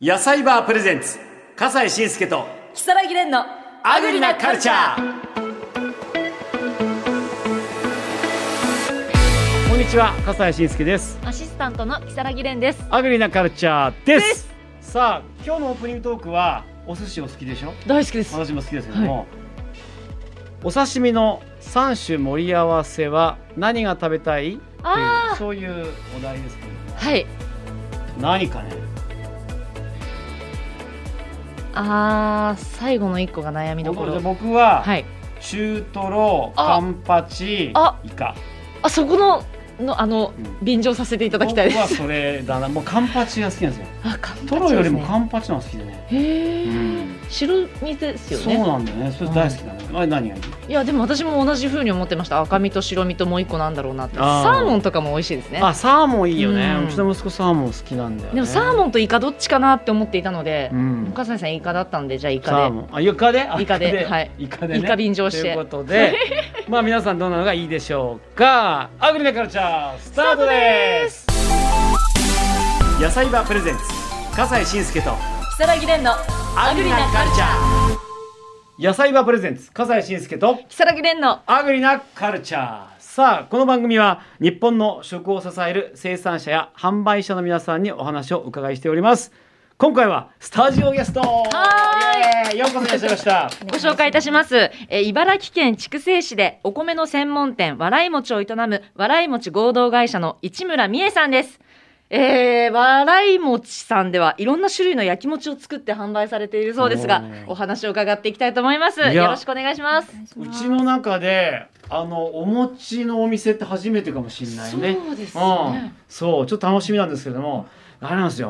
野菜バープレゼンツ笠西慎介と木更木蓮のアグリなカルチャー。こんにちは、笠西慎介です。 アシスタントの木更木蓮です。 アグリなカルチャーです。さあ、今日のオープニングトークはお寿司お好きでしょ？ 大好きです。 私も好きですけども、お刺身の3種盛り合わせは何が食べたいっていう、そういうお題ですけども、 はい。 何かね。 最後の1個が悩みどころ。 僕は、 はい、 中トロ、カンパチ、イカ。 そこの便乗させていただきたいです。 僕はそれだな。もうカンパチが好きなんですよ。 カンパチですね。 トロよりもカンパチの方が好きでね。 へえ、白身ですよね。 そうなんだよね。それ大好きなの。あれ何がいい？ いやでも私も同じ風に思ってました。赤身と白身ともう一個なんだろうなって。サーモンとかも美味しいですね。 サーモンいいよね。うちの息子サーモン好きなんだよね。 でもサーモンとイカどっちかなって思っていたので、笠西さんイカだったんで、じゃあイカで。 イカで、 はい。 イカでね。 イカ便乗して。 ということで、まあ皆さんどんなのがいいでしょうか。アグリなカルチャースタートです。野菜バープレゼンツ笠西慎介と木更木蓮のアグリなカルチャー。 野菜バープレゼンツ笠西慎介と木更木蓮のアグリなカルチャー。さあ、この番組は日本の食を支える生産者や販売者の皆さんにお話をお伺いしております。今回はスタジオゲスト、ようこそいらっしゃいました。 ご紹介いたします。茨城県筑西市でお米の専門店わらい餅を営むわらい餅合同会社の市村美恵さんです。わらい餅さんではいろんな種類の焼き餅を作って販売されているそうですが、お話を伺っていきたいと思います。よろしくお願いします。 うちの中でお餅のお店って初めてかもしれないね。 そうですね。 そう、ちょっと楽しみなんですけれども、あれなんですよ、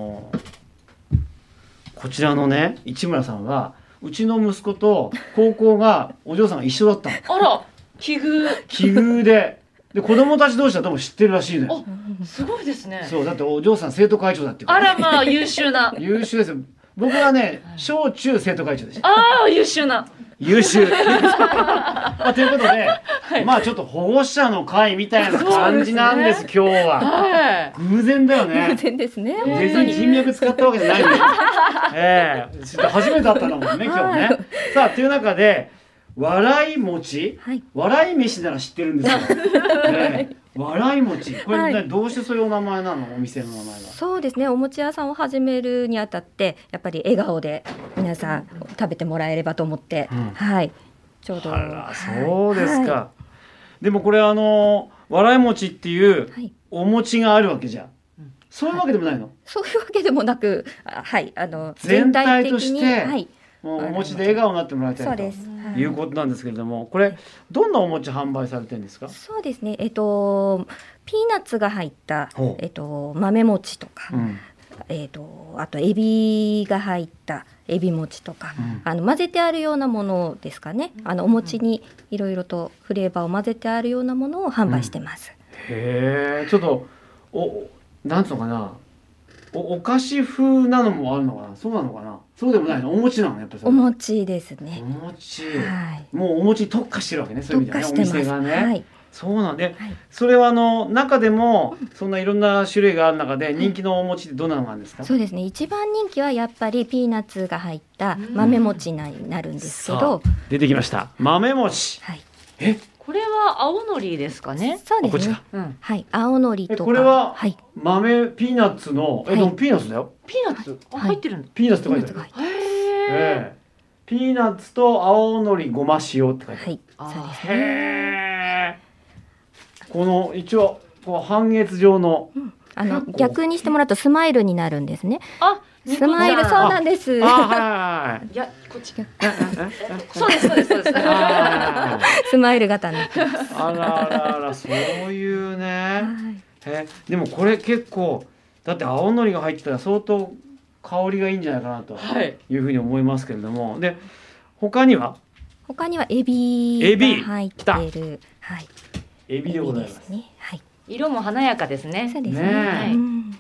こちらのね、市村さんはうちの息子と高校がお嬢さんが一緒だったの。 あら、奇遇で子供たち同士はどうも知ってるらしいのよ。 すごいですね。 そう、だってお嬢さん生徒会長だっていうから、 あらまあ優秀な。 優秀ですよ。僕はね、小中生徒会長でした。 優秀な。 優秀。ということで、ちょっと保護者の会みたいな感じなんです、今日は。偶然だよね。 偶然ですね。 別に人脈使ったわけじゃないんで。ちょっと初めてだったのもんね、今日ね。さあ、という中で、わらい餅、わらい飯なら知ってるんですよ。わらい餅、これ、どうしてそういうお名前なの？お店の名前が。 そうですね、お餅屋さんを始めるにあたってやっぱり笑顔で皆さん食べてもらえればと思って、ちょうど。 そうですか。でもこれわらい餅っていうお餅があるわけじゃん。そういうわけでもないの？ そういうわけでもなく、 全体として、お餅で笑顔になってもらいたいということなんですけれども、これどんなお餅販売されてるんですか？ そうですね、ピーナッツが入った、豆餅とか、あとエビが入ったエビ餅とか、混ぜてあるようなものですかね。お餅にいろいろとフレーバーを混ぜてあるようなものを販売してます。 へえ、ちょっとなんつうのかな、お菓子風なのもあるのかな。そうなのかな。そうでもないの。お餅なの、やっぱり。 お餅ですね。 お餅。もうお餅に特化してるわけね。そういう意味ではね、お店がね。そうなんで、それは中でもそんないろんな種類がある中で人気のお餅ってどんなのがあるんですか？ そうですね。一番人気はやっぱりピーナッツが入った豆餅になるんですけど。 出てきました。豆餅。 これは青のりですかね。 そうですね。青のりとか。 これは豆ピーナッツのでもピーナッツだよ。 ピーナッツ入ってるんだ。 ピーナッツって書いてある。ピーナッツと青のりごま塩って書いてある。 そうですね。 この一応半月状の逆にしてもらうとスマイルになるんですね。スマイル、そうなんです。 いや、こっちが。そうです。 スマイル型になってます。 あら、そういうね。でもこれ結構、だって青のりが入ってたら相当香りがいいんじゃないかなというふうに思いますけれども、で他にはエビが入ってる。 エビでございます。 色も華やかですね。 そうですね。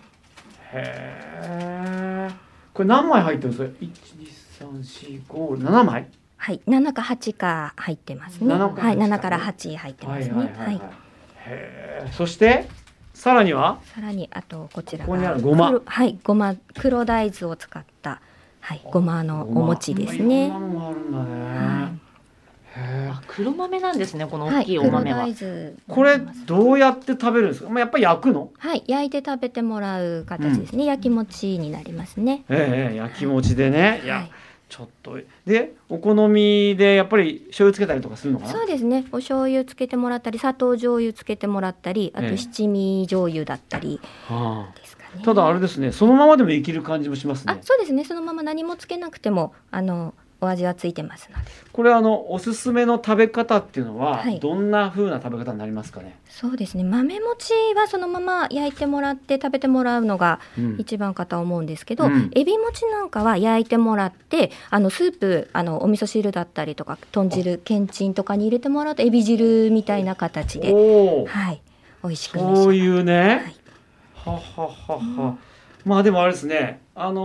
これ何枚入ってるんですか？1、2、3、4、5、7枚？ 7か8か入ってますね。7から8入ってますね。 そしてさらにはあとこちらここにあるごま、 はい、ごま、黒大豆を使った、はい、ごまのお餅ですね。 いろんなのがあるんだね。 はいへあ、黒豆なんですね、この大きいお豆は。 はい、黒大豆。 これどうやって食べるんですか。まあ、やっぱり焼くの？ はい、焼いて食べてもらう形ですね。焼き餅になりますね。 焼き餅でね。いや、 はい、 ちょっとでお好みでやっぱり醤油つけたりとかするのかな。 そうですね。お醤油つけてもらったり、砂糖醤油つけてもらったり、あと七味醤油だったりですかね。 ただあれですね、そのままでもいける感じもしますね。 あ、そうですね。そのまま何もつけなくてもお味はついてますので。 これおすすめの食べ方っていうのは、 はい、 どんな風な食べ方になりますかね。 そうですね。豆餅はそのまま焼いてもらって食べてもらうのが一番かと思うんですけど、エビ餅なんかは焼いてもらってスープお味噌汁だったりとか豚汁けんちんとかに入れてもらうとエビ汁みたいな形で、はい、美味しく召し上がる。 そういうね、 はい、 はははは、まあでもあれですね、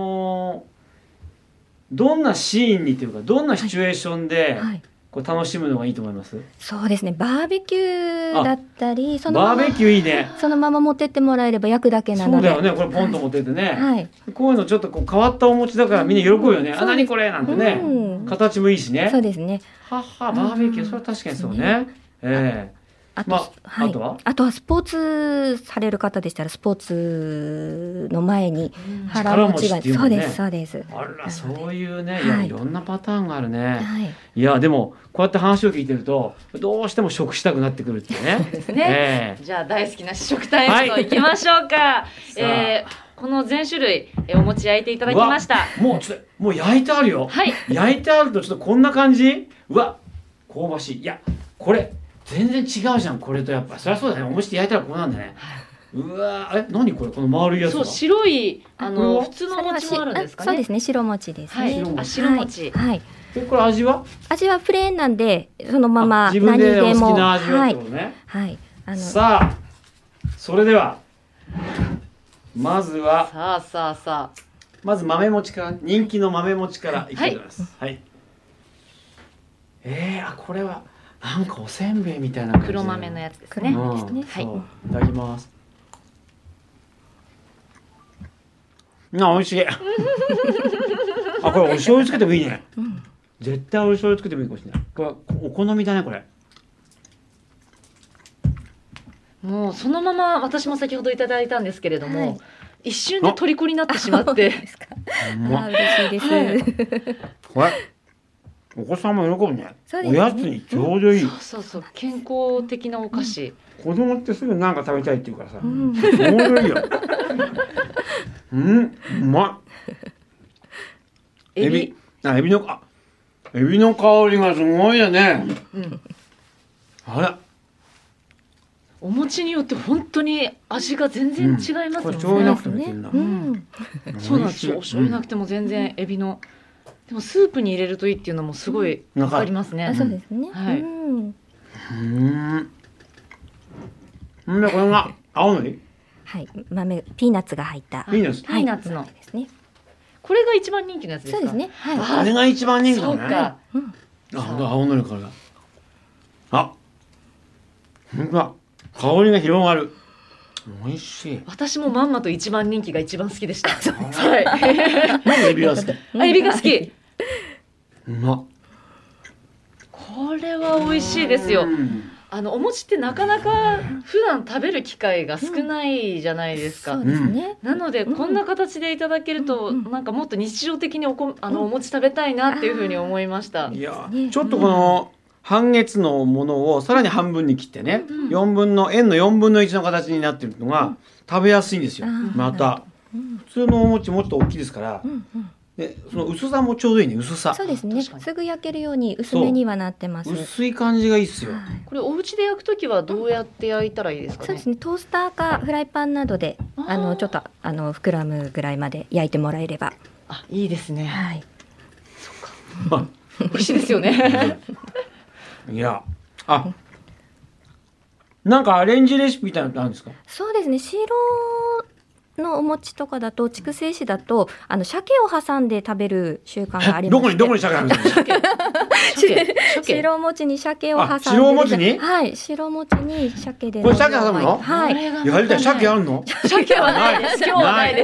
どんなシーンにというかどんなシチュエーションでこう楽しむのがいいと思います？ そうですね。バーベキューだったり、 バーベキューいいね。 そのまま持ってってもらえれば焼くだけなので。 そうだよね。これポンと持ってってね。 はい、 こういうのちょっとこう変わったお餅だからみんな喜ぶよね。あ、何これなんてね。形もいいしね。 そうですね。 はは、バーベキュー、それは確かにそうね。 あとはスポーツされる方でしたらスポーツの前に腹持ちが、そうですそうです。 あら、そういうね、いろんなパターンがあるね。いやでもこうやって話を聞いてるとどうしても食したくなってくるってね。 ですね。じゃあ大好きな試食タイムといきましょうか。この全種類お餅焼いていただきました。 もう焼いてあるよ。はい。焼いてあるとちょっとこんな感じ。うわ、香ばしい。いや、これ全然違うじゃん、これと。やっぱそりゃそうだね、お餅って焼いたらこうなんだね。うわ、何これ、この丸いやつ。 そう、白い普通のお餅もあるんですかね。 そうですね、白餅ですね。 白餅。 はい。 これ味はプレーンなんでそのまま自分でお好きな味はってことね。 はい。 さあ、それではまずはさあまず豆餅から、人気の豆餅からいきたいと思います。はい。これはなんかおせんべいみたいな感じ。 黒豆のやつですね。 はい。いただきます。美味しい。これお醤油つけてもいいね。絶対お醤油つけてもいいかもしれない。これお好みだね、これ。 もうそのまま私も先ほどいただいたんですけれども、一瞬で虜になってしまって。 嬉しいです。 これお子さんも喜ぶね。おやつにちょうどいい。 そう健康的なお菓子。 子供ってすぐなんか食べたいって言うからさ、ちょうどいいよ。うまい。エビの香りがすごいよね。あら。 お餅によって本当に味が全然違いますもんね。 これ醤油なくてもいけるんだ。 そうなんですよ。お醤油なくても全然エビの。でもスープに入れるといいっていうのもすごいわかりますね。 そうですね。 はい。 これが青のり。 はい。ピーナッツが入った。 ピーナッツのですね。 これが一番人気のやつですか。 そうですね。はい。 これが一番人気だね。 そうか。 青のりからだ。本当だ。香りが広がる。美味しい。 私もまんまと一番人気が一番好きでした。はい。 なんでエビが好き？ エビが好き。 うま。 これは美味しいですよ。お餅ってなかなか普段食べる機会が少ないじゃないですか。 そうですね。 なのでこんな形でいただけるとなんかもっと日常的にお餅食べたいなっていうふうに思いました。 いや、ちょっとこの半月のものをさらに半分に切ってね、円の4分の1の形になっているのが食べやすいんですよ。また普通のお餅もっと大きいですから。でその薄さもちょうどいいね。薄さ。 そうですね。すぐ焼けるように薄めにはなってます。 薄い感じがいいですよ。 これお家で焼くときはどうやって焼いたらいいですかね。 そうですね。トースターかフライパンなどでちょっと膨らむぐらいまで焼いてもらえれば。 いいですね。 はい。 そっか。美味しいですよね。 いや、なんかアレンジレシピみたいなのってあるんですか？ そうですね。白のお餅とかだと筑西市だと鮭を挟んで食べる習慣がありまして、 どこに鮭あるんですか？ 白餅に鮭を挟んで、 白餅に、 はい、白餅に鮭で、 これ鮭挟むの？ はい、 やりたい。鮭あるの？ 鮭はないです。今日はないです。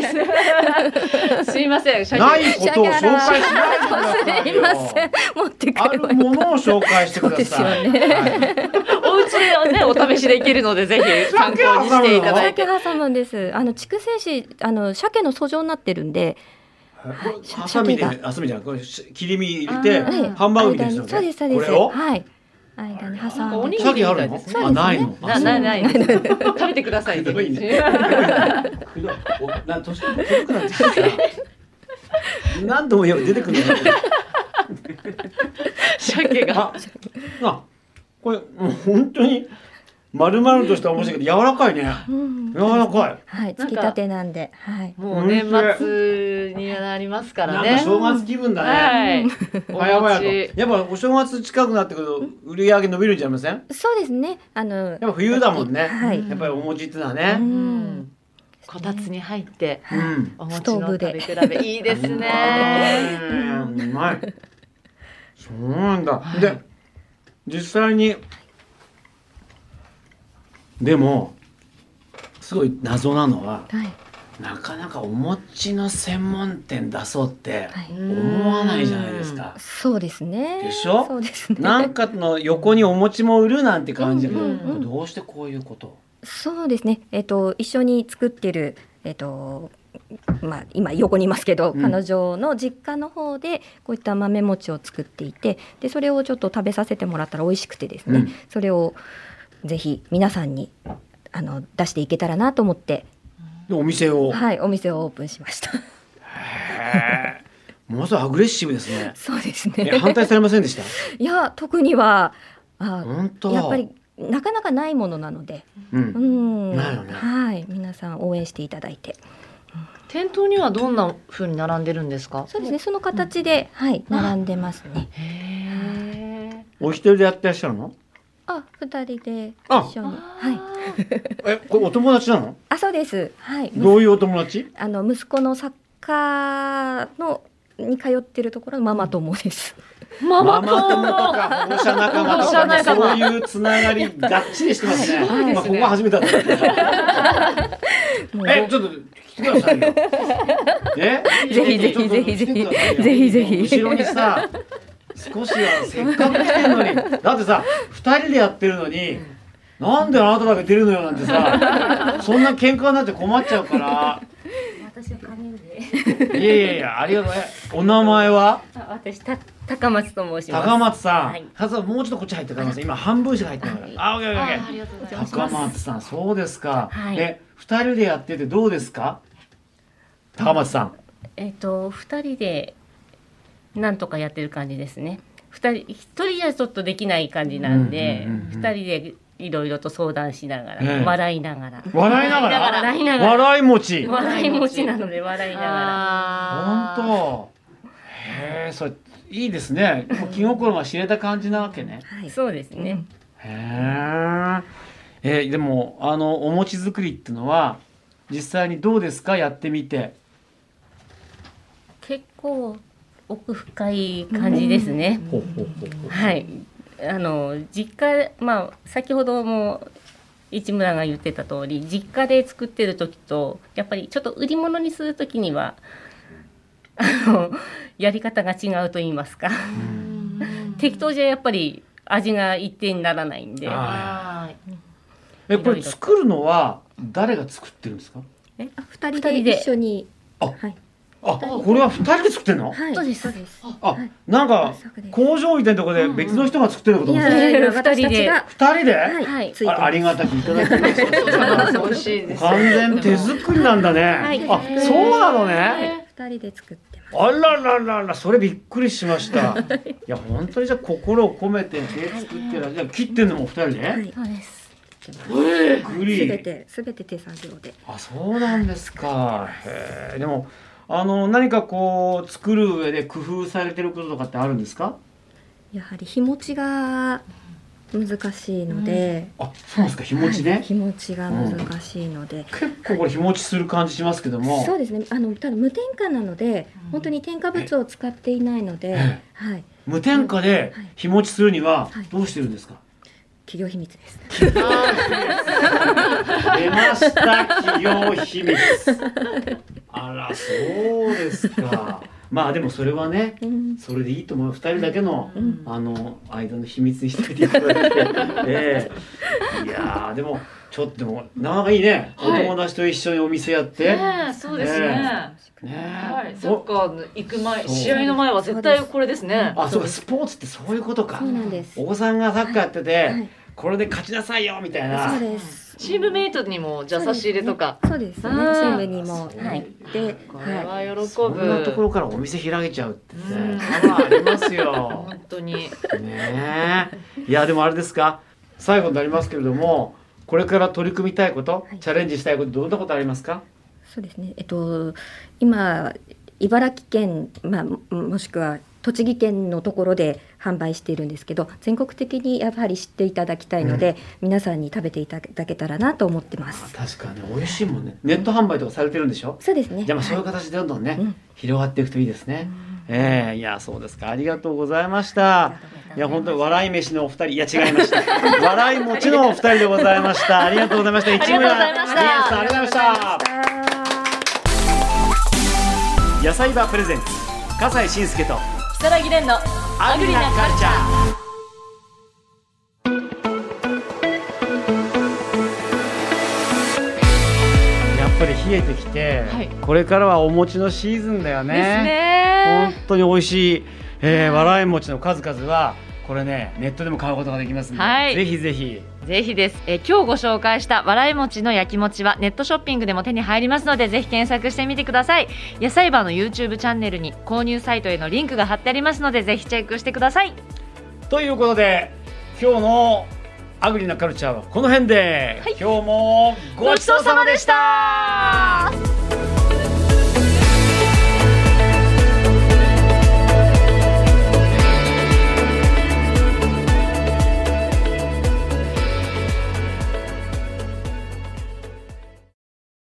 すいません。鮭ないことを紹介しないでくださいよ。 すいません、持ってくあればるものを紹介してください。 そうですよね。 お家でね、お試しできるので、ぜひ参考にしていただいて。 鮭挟むんです。筑西市鮭の素性になってるんで。 ハサミで、ハサミじゃん、これ切り身入れてハンバーグみたいな。 そうですそうです。 これを、 はい。間に挟んで。 鮭あるの？あ、ないの。 ない。食べてください。 ひどいね。年くなってきた。何度も出てくるの。 鮭が。 これもう本当に丸々とした面白いけど柔らかいね。柔らかい。 はい、つきたてなんで、はい。 もう年末になりますからね。 なんか正月気分だね。早々と。やっぱお正月近くなってくると売り上げ伸びるんじゃありません？ そうですね。 やっぱ冬だもんね。 はい。 やっぱりお餅ってのはね。 こたつに入っておストー餅の食ブでべ比べいいですね。 うまい。そうなんだ。で実際にでもすごい謎なのは、なかなかお餅の専門店出そうって思わないじゃないですか。 そうですね。 でしょ？ そうですね。 なんかの横にお餅も売るなんて感じだけど、どうしてこういうことを？ そうですね。一緒に作ってる今横にいますけど、彼女の実家の方でこういった豆餅を作っていて、でそれをちょっと食べさせてもらったら美味しくてですね、それをぜひ皆さんに出していけたらなと思って、 お店を、 はい、お店をオープンしました。 へー、ものすごいアグレッシブですね。 そうですね。 反対されませんでした？ いや、特には本当やっぱりなかなかないものなので、 ないよね。 はい、皆さん応援していただいて。 店頭にはどんな風に並んでるんですか？ そうですね、その形で、はい、並んでますね。 お一人でやってらっしゃるの？ 二人で一緒に。はい。 これお友達なの？ そうです。はい。 どういうお友達？ 息子のサッカーに通ってるところのママ友です。 ママ友とか保護者仲間とか、そういうつながりがっちりしてますね。ここが初めてだった。ちょっと来てくださいよ。 ぜひぜひ。 後ろにさ、少しはせっかく来てるのに、だってさ、2人でやってるのに、なんであなただけ出るのよなんてさ、そんな喧嘩になって困っちゃうから。 私は兼ねるで。 いや、ありがとう。お名前は？ 私高松と申します。 高松さん。もうちょっとこっち入って高松さん。今半分しか入ってないから。オッケー。 ありがとうございます。 高松さん、そうですか。 はい、 2人でやっててどうですか？高松さん。 2人でなんとかやってる感じですね。1人じゃちょっとできない感じなんで、2人でいろいろと相談しながら、笑いながら笑い餅なので笑いながら。 本当。へえ、それいいですね。気心が知れた感じなわけね。 そうですね。 へえ。でもお餅作りってのは実際にどうですか？やってみて。 結構奥深い感じですね。はい。実家、先ほども市村が言ってた通り、実家で作ってる時とやっぱりちょっと売り物にする時にはやり方が違うと言いますか適当じゃやっぱり味が一定にならないんで。 これ作るのは誰が作ってるんですか ？2人で一緒に。 これは2人で作ってんの？ そうです。 なんか工場みたいなところで別の人が作ってるのかと思った。 2人で。 ありがたくいただきます。完全手作りなんだね。そうなのね。 2人で作ってます。 あら、それびっくりしました。いや本当にじゃあ心を込めて手作ってる。じゃあ切ってんのも2人で？ そうです。 すべて手作業で。 そうなんですか。でも何かこう作る上で工夫されてることとかってあるんですか？ やはり日持ちが難しいので、 あ、そうなんですか。日持ちね。 日持ちが難しいので、 結構これ日持ちする感じしますけども。 そうですね。ただ無添加なので、本当に添加物を使っていないので、はい。 無添加で日持ちするにはどうしてるんですか。 企業秘密です。 出ました企業秘密。あら、そうですか。まあでもそれはね、それでいいと思う。2人だけの間の秘密にしておいていただいて、いやでもちょっとでもなかなかいいね。お友達と一緒にお店やって。 そうですね。はい、サッカー行く前、試合の前は絶対これですね。 あ、そうか、スポーツってそういうことか。 そうなんです。 お子さんがサッカーやってて、これで勝ちなさいよみたいな。 そうです。 チームメイトにもじゃあ差し入れとか。 そうですね。チームにも入って、 これは喜ぶ。 そんなところからお店開けちゃうってね、ありますよ。 本当に。 ねえ。いやでもあれですか。最後になりますけれども、これから取り組みたいこと、チャレンジしたいこと、どんなことありますか。 そうですね。今茨城県、もしくは栃木県のところで販売しているんですけど、全国的にやはり知っていただきたいので、皆さんに食べていただけたらなと思ってます。 確かに美味しいもんね。ネット販売とかされてるんでしょ。 そうですね。 じゃあそういう形でどんどんね、広がっていくといいですね。いやそうですか。ありがとうございました。いや本当に笑い飯のお二人、いや違いました。笑い餅のお二人でございました。ありがとうございました。市村理恵さん、ありがとうございました。野菜バープレゼンツ、笠西慎介と如月蓮のアグリなカルチャー。やっぱり冷えてきて、これからはお餅のシーズンだよね。ですね。本当に美味しい、笑い餅の数々はこれね、ネットでも買うことができますので、ぜひぜひ。 ぜひです。今日ご紹介した笑い餅の焼き餅はネットショッピングでも手に入りますので、ぜひ検索してみてください。野菜バーの YouTube チャンネルに購入サイトへのリンクが貼ってありますので、ぜひチェックしてください。 ということで今日のアグリなカルチャーはこの辺で、今日もごちそうさまでした。